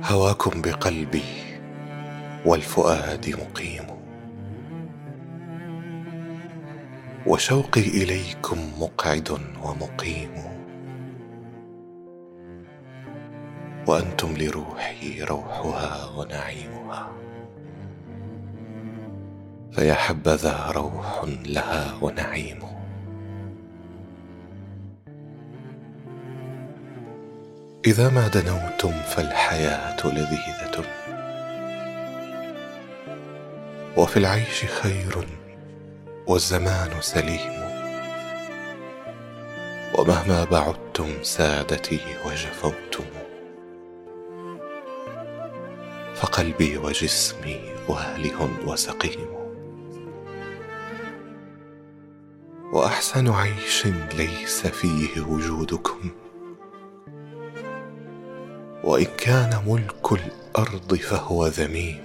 هواكم بقلبي والفؤاد مقيم، وشوقي إليكم مقعد ومقيم، وأنتم لروحي روحها ونعيمها، فيا حبذا روح لها ونعيم. إذا ما دنوتم فالحياة لذيذة، وفي العيش خير والزمان سليم، ومهما بعدتم سادتي وجفوتم، فقلبي وجسمي واله وسقيم. وأحسن عيش ليس فيه وجودكم، وإن كان ملك الأرض فهو ذميم،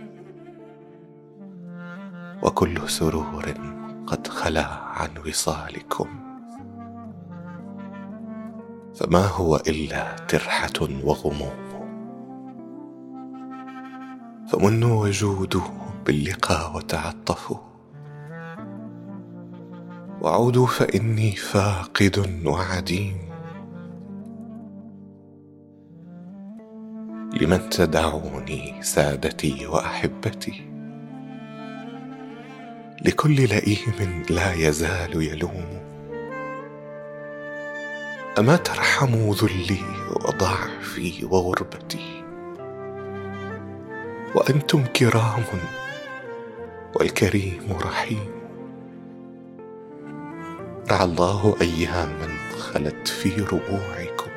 وكل سرور قد خلا عن وصالكم، فما هو إلا ترحة وغموم. فمنوا وجودوا باللقاء وتعطفوا، وعودوا فإني فاقد وعديم. لمن تدعوني سادتي وأحبتي، لكل لئيم لا يزال يلوم. أما ترحموا ذلي وضعفي وغربتي، وأنتم كرام والكريم رحيم. رعى الله أياما خلت في ربوعكم،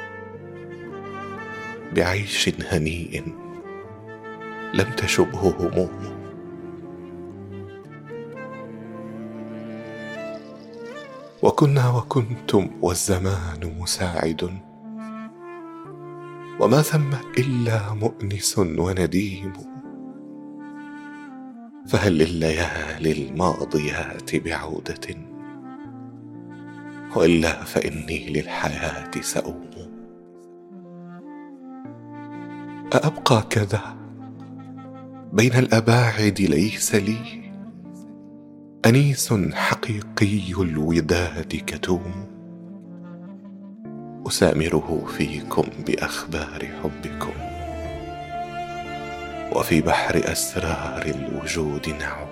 بعيش هنيء لم تشبه هموم. وكنا وكنتم والزمان مساعد، وما ثم إلا مؤنس ونديم. فهل لليالي الماضيات بعودة، وإلا فإني للحياة سأوم. أأبقى كذا بين الأباعد ليس لي أنيس حقيقي الوداد كتوم، أسامره فيكم بأخبار حبكم، وفي بحر أسرار الوجود نعوم.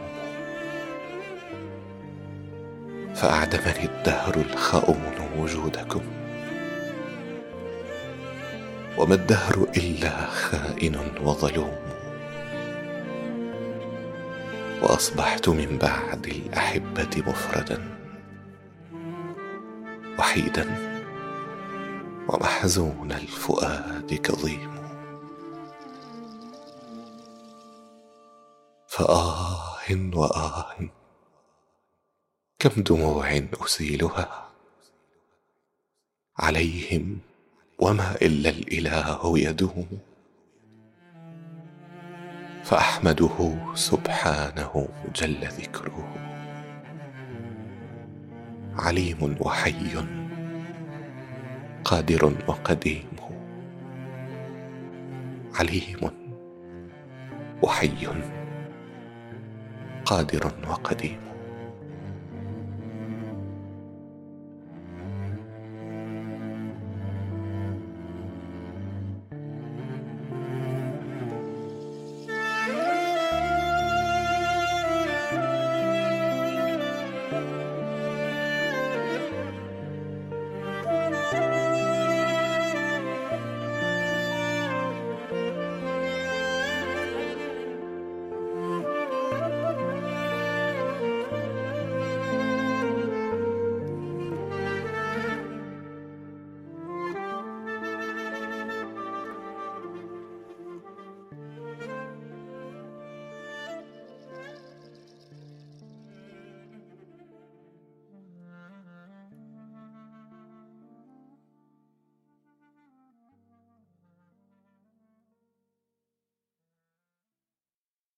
فأعدمني الدهر الخؤون وجودكم، وما الدهر إلا خائن وظلوم. وأصبحت من بعد الأحبة مفردا وحيدا، ومحزون الفؤاد كظيم. فآه وآه كم دموع أسيلها عليهم، وما إلا الإله يدوم. فأحمده سبحانه جل ذكره، عليم وحي قادر وقديم. عليم وحي قادر وقديم.